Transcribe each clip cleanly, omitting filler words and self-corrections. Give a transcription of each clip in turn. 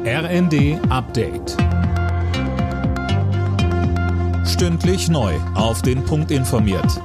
RND Update. Stündlich neu auf den Punkt informiert.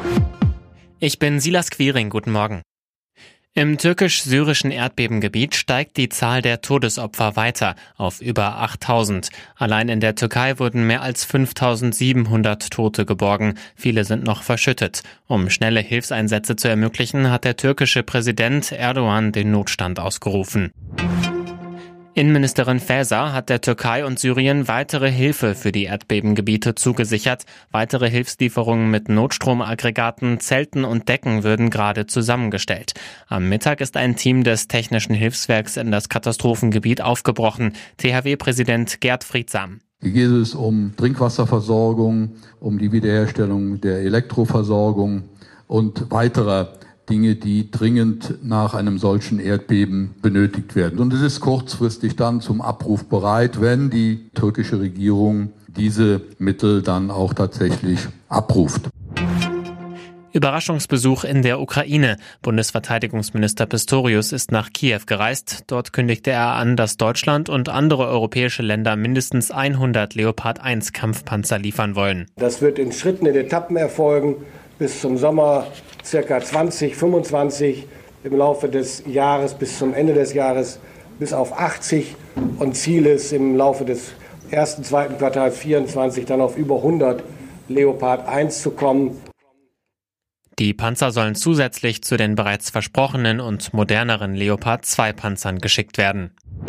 Ich bin Silas Quiring, guten Morgen. Im türkisch-syrischen Erdbebengebiet steigt die Zahl der Todesopfer weiter auf über 8.000. Allein in der Türkei wurden mehr als 5.700 Tote geborgen. Viele sind noch verschüttet. Um schnelle Hilfseinsätze zu ermöglichen, hat der türkische Präsident Erdogan den Notstand ausgerufen. Innenministerin Faeser hat der Türkei und Syrien weitere Hilfe für die Erdbebengebiete zugesichert. Weitere Hilfslieferungen mit Notstromaggregaten, Zelten und Decken würden gerade zusammengestellt. Am Mittag ist ein Team des Technischen Hilfswerks in das Katastrophengebiet aufgebrochen. THW-Präsident Gerd Friedsam. Hier geht es um Trinkwasserversorgung, um die Wiederherstellung der Elektroversorgung und weiterer Dinge, die dringend nach einem solchen Erdbeben benötigt werden. Und es ist kurzfristig dann zum Abruf bereit, wenn die türkische Regierung diese Mittel dann auch tatsächlich abruft. Überraschungsbesuch in der Ukraine. Bundesverteidigungsminister Pistorius ist nach Kiew gereist. Dort kündigte er an, dass Deutschland und andere europäische Länder mindestens 100 Leopard 1 Kampfpanzer liefern wollen. Das wird in Schritten, in Etappen erfolgen. Bis zum Sommer ca. 20, 25, im Laufe des Jahres bis zum Ende des Jahres bis auf 80 und Ziel ist im Laufe des ersten, zweiten Quartals 24 dann auf über 100 Leopard 1 zu kommen. Die Panzer sollen zusätzlich zu den bereits versprochenen und moderneren Leopard 2 Panzern geschickt werden.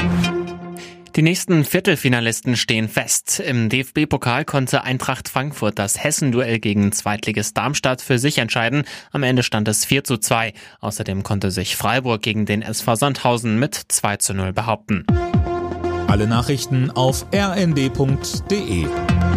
Die nächsten Viertelfinalisten stehen fest. Im DFB-Pokal konnte Eintracht Frankfurt das Hessen-Duell gegen Zweitligist Darmstadt für sich entscheiden. Am Ende stand es 4:2. Außerdem konnte sich Freiburg gegen den SV Sandhausen mit 2:0 behaupten. Alle Nachrichten auf rnd.de.